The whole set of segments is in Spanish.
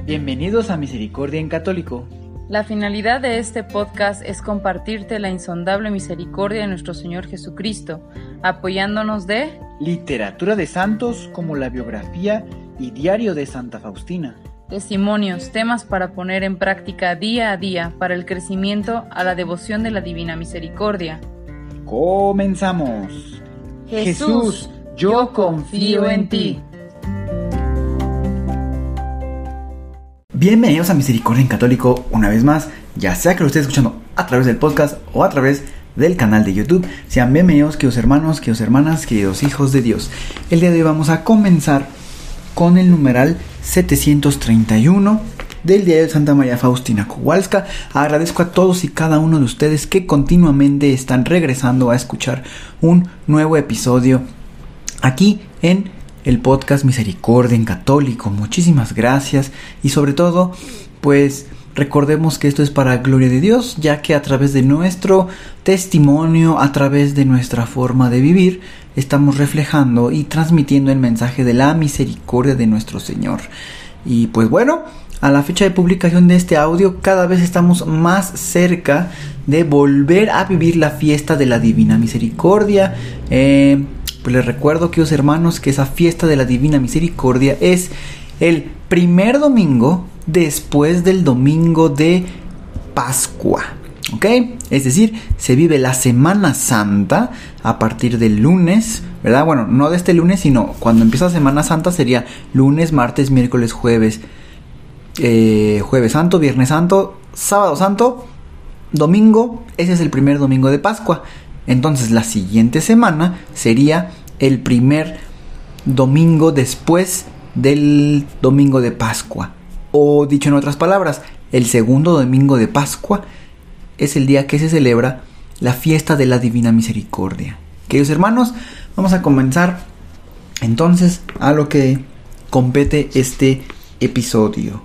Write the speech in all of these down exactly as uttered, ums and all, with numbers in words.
Bienvenidos a Misericordia en Católico. La finalidad de este podcast es compartirte la insondable misericordia de nuestro Señor Jesucristo, apoyándonos de literatura de santos como la biografía y diario de Santa Faustina, testimonios, temas para poner en práctica día a día para el crecimiento a la devoción de la Divina Misericordia. ¡Comenzamos! Jesús, yo confío en ti. Bienvenidos a Misericordia en Católico una vez más, ya sea que lo estés escuchando a través del podcast o a través del canal de YouTube. Sean bienvenidos, queridos hermanos, queridos hermanas, queridos hijos de Dios. El día de hoy vamos a comenzar con el numeral setecientos treinta y uno del diario de Santa María Faustina Kowalska. Agradezco a todos y cada uno de ustedes que continuamente están regresando a escuchar un nuevo episodio aquí en el podcast Misericordia en Católico. Muchísimas gracias y sobre todo, pues recordemos que esto es para gloria de Dios, ya que a través de nuestro testimonio, a través de nuestra forma de vivir, estamos reflejando y transmitiendo el mensaje de la misericordia de nuestro Señor. Y pues bueno, a la fecha de publicación de este audio, cada vez estamos más cerca de volver a vivir la fiesta de la Divina Misericordia. Eh... Pues les recuerdo, queridos hermanos, que esa fiesta de la Divina Misericordia es el primer domingo después del domingo de Pascua, ¿ok? Es decir, se vive la Semana Santa a partir del lunes, ¿verdad? Bueno, no de este lunes, sino cuando empieza la Semana Santa sería lunes, martes, miércoles, jueves, eh, jueves santo, viernes santo, sábado santo, domingo. Ese es el primer domingo de Pascua. Entonces la siguiente semana sería el primer domingo después del domingo de Pascua. O dicho en otras palabras, el segundo domingo de Pascua es el día que se celebra la fiesta de la Divina Misericordia. Queridos hermanos, vamos a comenzar entonces a lo que compete este episodio.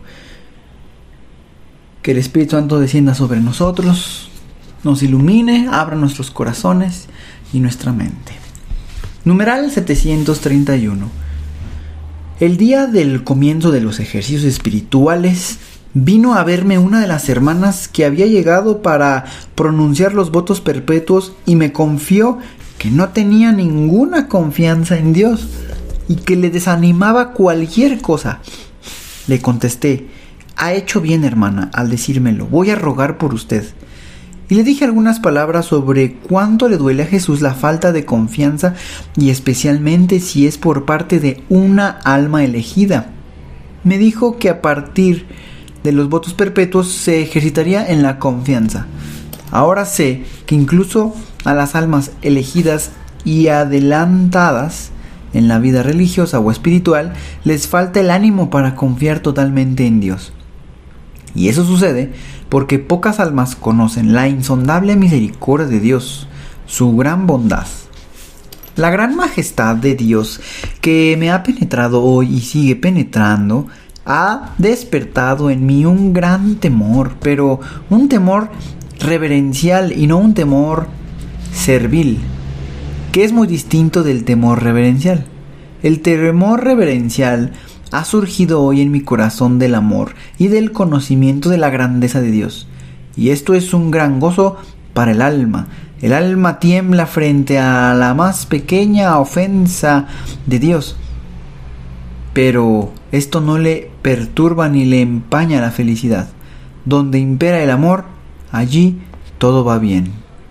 Que el Espíritu Santo descienda sobre nosotros, nos ilumine, abra nuestros corazones y nuestra mente. Numeral setecientos treinta y uno. El día del comienzo de los ejercicios espirituales, vino a verme una de las hermanas que había llegado para pronunciar los votos perpetuos y me confió que no tenía ninguna confianza en Dios y que le desanimaba cualquier cosa. Le contesté: ha hecho bien, hermana, al decírmelo. Voy a rogar por usted. Y le dije algunas palabras sobre cuánto le duele a Jesús la falta de confianza y especialmente si es por parte de una alma elegida. Me dijo que a partir de los votos perpetuos se ejercitaría en la confianza. Ahora sé que incluso a las almas elegidas y adelantadas en la vida religiosa o espiritual les falta el ánimo para confiar totalmente en Dios. Y eso sucede porque pocas almas conocen la insondable misericordia de Dios, su gran bondad. La gran majestad de Dios que me ha penetrado hoy y sigue penetrando, ha despertado en mí un gran temor, pero un temor reverencial y no un temor servil, que es muy distinto del temor reverencial. El temor reverencial ha surgido hoy en mi corazón del amor y del conocimiento de la grandeza de Dios. Y esto es un gran gozo para el alma. El alma tiembla frente a la más pequeña ofensa de Dios. Pero esto no le perturba ni le empaña la felicidad. Donde impera el amor, allí todo va bien.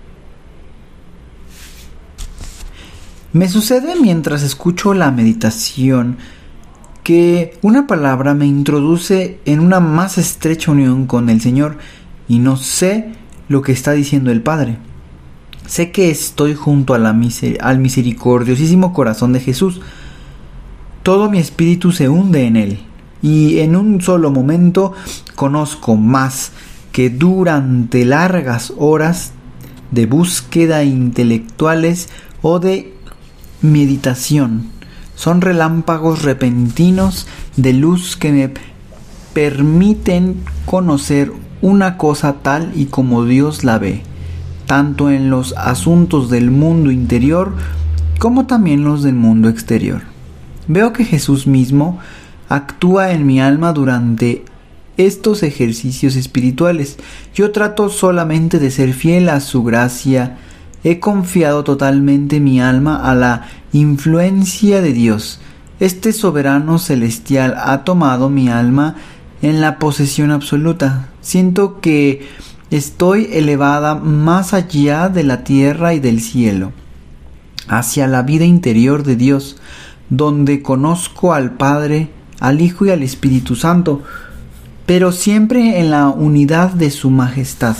Me sucede mientras escucho la meditación que una palabra me introduce en una más estrecha unión con el Señor y no sé lo que está diciendo el Padre. Sé que estoy junto a la miser- al misericordiosísimo corazón de Jesús. Todo mi espíritu se hunde en Él y en un solo momento conozco más que durante largas horas de búsqueda intelectuales o de meditación. Son relámpagos repentinos de luz que me permiten conocer una cosa tal y como Dios la ve, tanto en los asuntos del mundo interior como también los del mundo exterior. Veo que Jesús mismo actúa en mi alma durante estos ejercicios espirituales. Yo trato solamente de ser fiel a su gracia. He confiado totalmente mi alma a la influencia de Dios. Este soberano celestial ha tomado mi alma en la posesión absoluta. Siento que estoy elevada más allá de la tierra y del cielo, hacia la vida interior de Dios, donde conozco al Padre, al Hijo y al Espíritu Santo, pero siempre en la unidad de su majestad.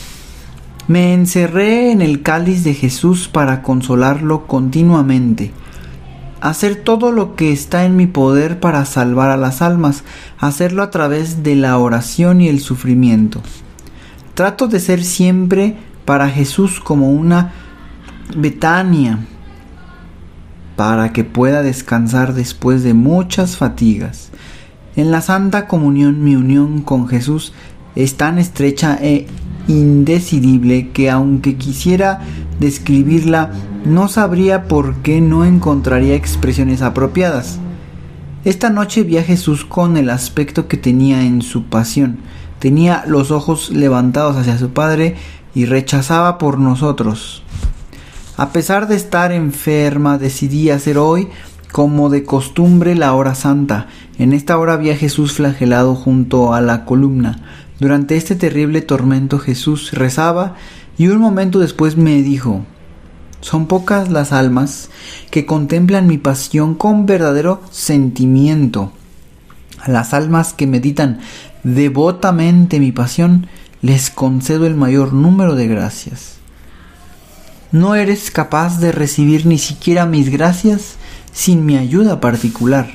Me encerré en el cáliz de Jesús para consolarlo continuamente, hacer todo lo que está en mi poder para salvar a las almas, hacerlo a través de la oración y el sufrimiento. Trato de ser siempre para Jesús como una Betania, para que pueda descansar después de muchas fatigas. En la Santa Comunión mi unión con Jesús es tan estrecha e indecidible que aunque quisiera describirla, no sabría por qué no encontraría expresiones apropiadas. Esta noche vi a Jesús con el aspecto que tenía en su pasión. Tenía los ojos levantados hacia su Padre y rechazaba por nosotros. A pesar de estar enferma, decidí hacer hoy, como de costumbre, la hora santa. En esta hora vi a Jesús flagelado junto a la columna. Durante este terrible tormento Jesús rezaba y un momento después me dijo: son pocas las almas que contemplan mi pasión con verdadero sentimiento. A las almas que meditan devotamente mi pasión les concedo el mayor número de gracias. No eres capaz de recibir ni siquiera mis gracias sin mi ayuda particular.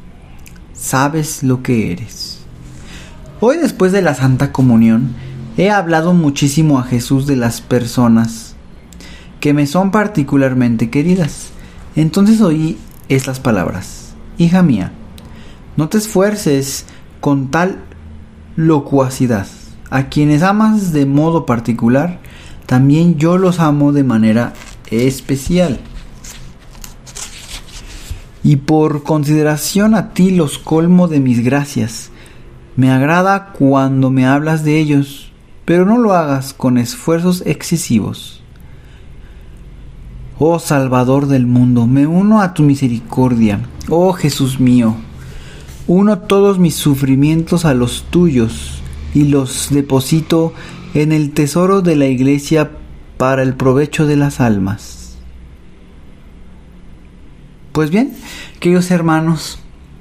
Sabes lo que eres. Hoy, después de la Santa Comunión, he hablado muchísimo a Jesús de las personas que me son particularmente queridas. Entonces oí estas palabras: hija mía, no te esfuerces con tal locuacidad. A quienes amas de modo particular, también yo los amo de manera especial. Y por consideración a ti los colmo de mis gracias. Me agrada cuando me hablas de ellos, pero no lo hagas con esfuerzos excesivos. Oh Salvador del mundo, me uno a tu misericordia. Oh Jesús mío, uno todos mis sufrimientos a los tuyos y los deposito en el tesoro de la Iglesia para el provecho de las almas. Pues bien, queridos hermanos,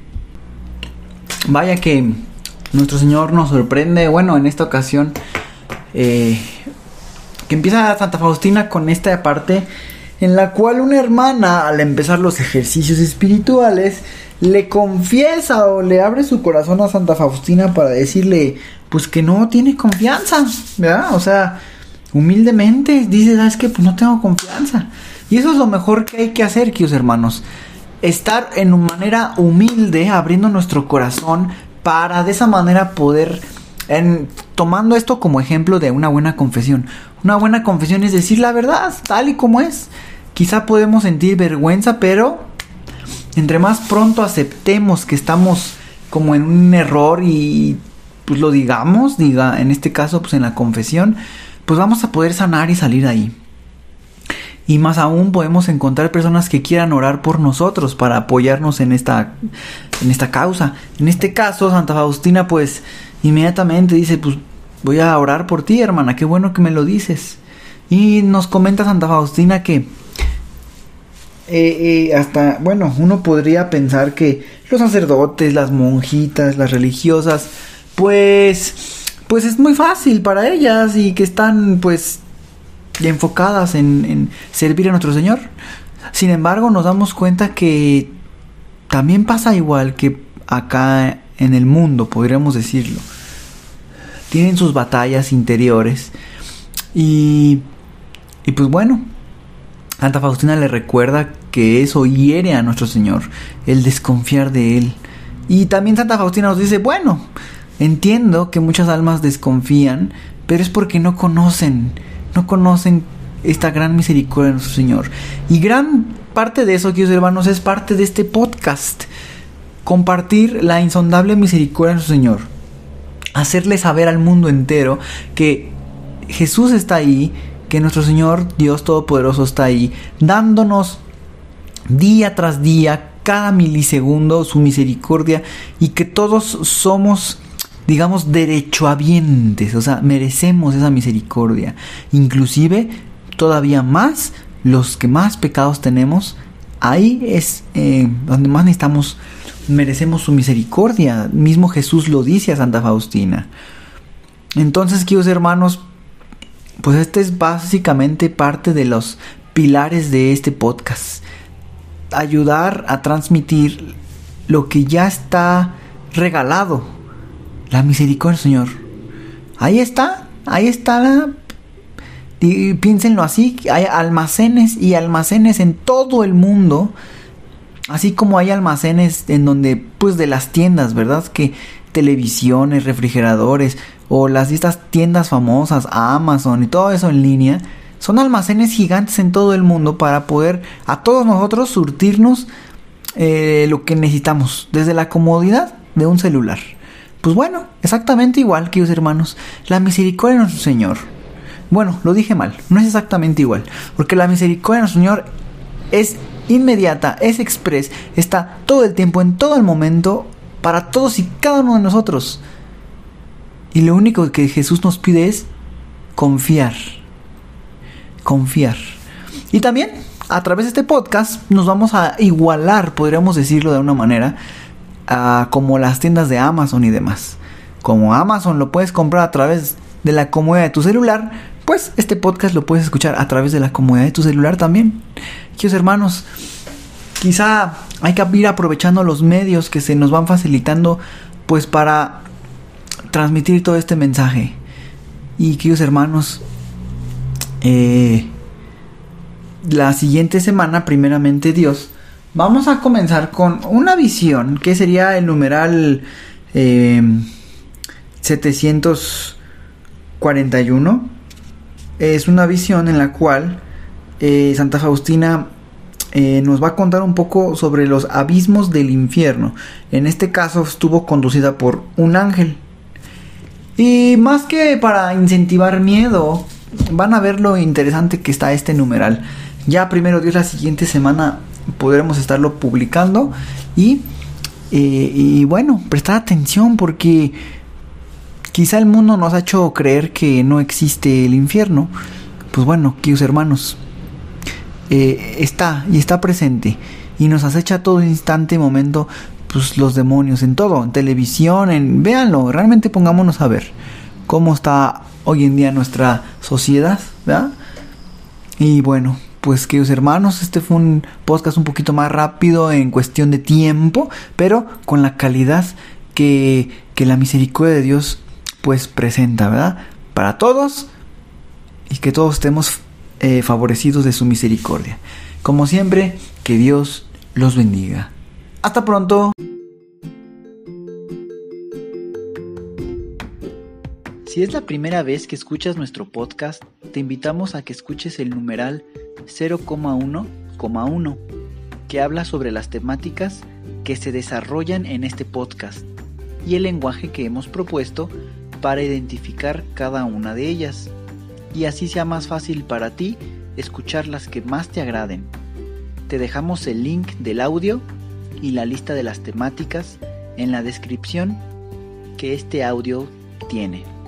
vaya que nuestro Señor nos sorprende. Bueno, en esta ocasión eh, que empieza Santa Faustina con esta parte en la cual una hermana, al empezar los ejercicios espirituales, le confiesa o le abre su corazón a Santa Faustina para decirle pues que no tiene confianza, ¿verdad? O sea, humildemente dice: ¿sabes qué? Pues no tengo confianza. Y eso es lo mejor que hay que hacer, queridos hermanos. Estar en una manera humilde, abriendo nuestro corazón para de esa manera poder, en, tomando esto como ejemplo de una buena confesión. Una buena confesión es decir la verdad, tal y como es. Quizá podemos sentir vergüenza, pero entre más pronto aceptemos que estamos como en un error y pues lo digamos, diga, en este caso pues en la confesión, pues vamos a poder sanar y salir de ahí. Y más aún podemos encontrar personas que quieran orar por nosotros para apoyarnos en esta, en esta causa. En este caso, Santa Faustina pues inmediatamente dice: pues voy a orar por ti, hermana, qué bueno que me lo dices. Y nos comenta Santa Faustina que eh, eh, hasta, bueno, uno podría pensar que los sacerdotes, las monjitas, las religiosas, pues, pues es muy fácil para ellas y que están pues enfocadas en, en servir a nuestro Señor. Sin embargo, nos damos cuenta que también pasa igual que acá en el mundo, podríamos decirlo. Tienen sus batallas interiores y, y pues bueno, Santa Faustina le recuerda que eso hiere a nuestro Señor, el desconfiar de Él. Y también Santa Faustina nos dice: bueno, entiendo que muchas almas desconfían, pero es porque no conocen No conocen esta gran misericordia de nuestro Señor. Y gran parte de eso, queridos hermanos, es parte de este podcast. Compartir la insondable misericordia de nuestro Señor. hacerle saber al mundo entero que Jesús está ahí, que nuestro Señor Dios Todopoderoso está ahí, dándonos día tras día, cada milisegundo, su misericordia, y que todos somos, digamos, derechohabientes, o sea, merecemos esa misericordia. Inclusive, todavía más, los que más pecados tenemos, ahí es eh, donde más necesitamos, merecemos su misericordia. Mismo Jesús lo dice a Santa Faustina. Entonces, queridos hermanos, pues este es básicamente parte de los pilares de este podcast. Ayudar a transmitir lo que ya está regalado, la misericordia del Señor. Ahí está, ahí está. Y piénsenlo así, hay almacenes y almacenes en todo el mundo, así como hay almacenes en donde, pues, de las tiendas, ¿verdad? Que televisiones, refrigeradores, o las estas tiendas famosas, Amazon y todo eso en línea, son almacenes gigantes en todo el mundo para poder a todos nosotros surtirnos eh, lo que necesitamos desde la comodidad de un celular. Pues bueno, exactamente igual, queridos hermanos, la misericordia de nuestro Señor. Bueno, lo dije mal, no es exactamente igual, porque la misericordia de nuestro Señor es inmediata, es express, está todo el tiempo, en todo el momento, para todos y cada uno de nosotros. Y lo único que Jesús nos pide es confiar. Confiar. Y también, a través de este podcast, nos vamos a igualar, podríamos decirlo de una manera, a como las tiendas de Amazon y demás. Como Amazon lo puedes comprar a través de la comodidad de tu celular, pues este podcast lo puedes escuchar a través de la comodidad de tu celular también. Queridos hermanos, quizá hay que ir aprovechando los medios que se nos van facilitando, pues para transmitir todo este mensaje. Y queridos hermanos, eh, la siguiente semana, primeramente Dios, vamos a comenzar con una visión que sería el numeral eh, setecientos cuarenta y uno. Es una visión en la cual eh, Santa Faustina eh, nos va a contar un poco sobre los abismos del infierno. En este caso estuvo conducida por un ángel. Y más que para incentivar miedo, van a ver lo interesante que está este numeral. Ya primero Dios, la siguiente semana podremos estarlo publicando. Y, eh, y bueno, prestar atención, porque quizá el mundo nos ha hecho creer que no existe el infierno. Pues bueno, queridos hermanos, eh, está y está presente. Y nos acecha a todo instante, momento, pues los demonios, en todo, en televisión, en véanlo, realmente pongámonos a ver cómo está hoy en día nuestra sociedad, ¿verdad? Y bueno, pues queridos hermanos, este fue un podcast un poquito más rápido en cuestión de tiempo, pero con la calidad que, que la misericordia de Dios pues presenta, ¿verdad? Para todos, y que todos estemos eh, favorecidos de su misericordia. Como siempre, que Dios los bendiga. Hasta pronto. Si es la primera vez que escuchas nuestro podcast, te invitamos a que escuches el numeral cero coma uno coma uno, que habla sobre las temáticas que se desarrollan en este podcast y el lenguaje que hemos propuesto para identificar cada una de ellas, y así sea más fácil para ti escuchar las que más te agraden. Te dejamos el link del audio y la lista de las temáticas en la descripción que este audio tiene.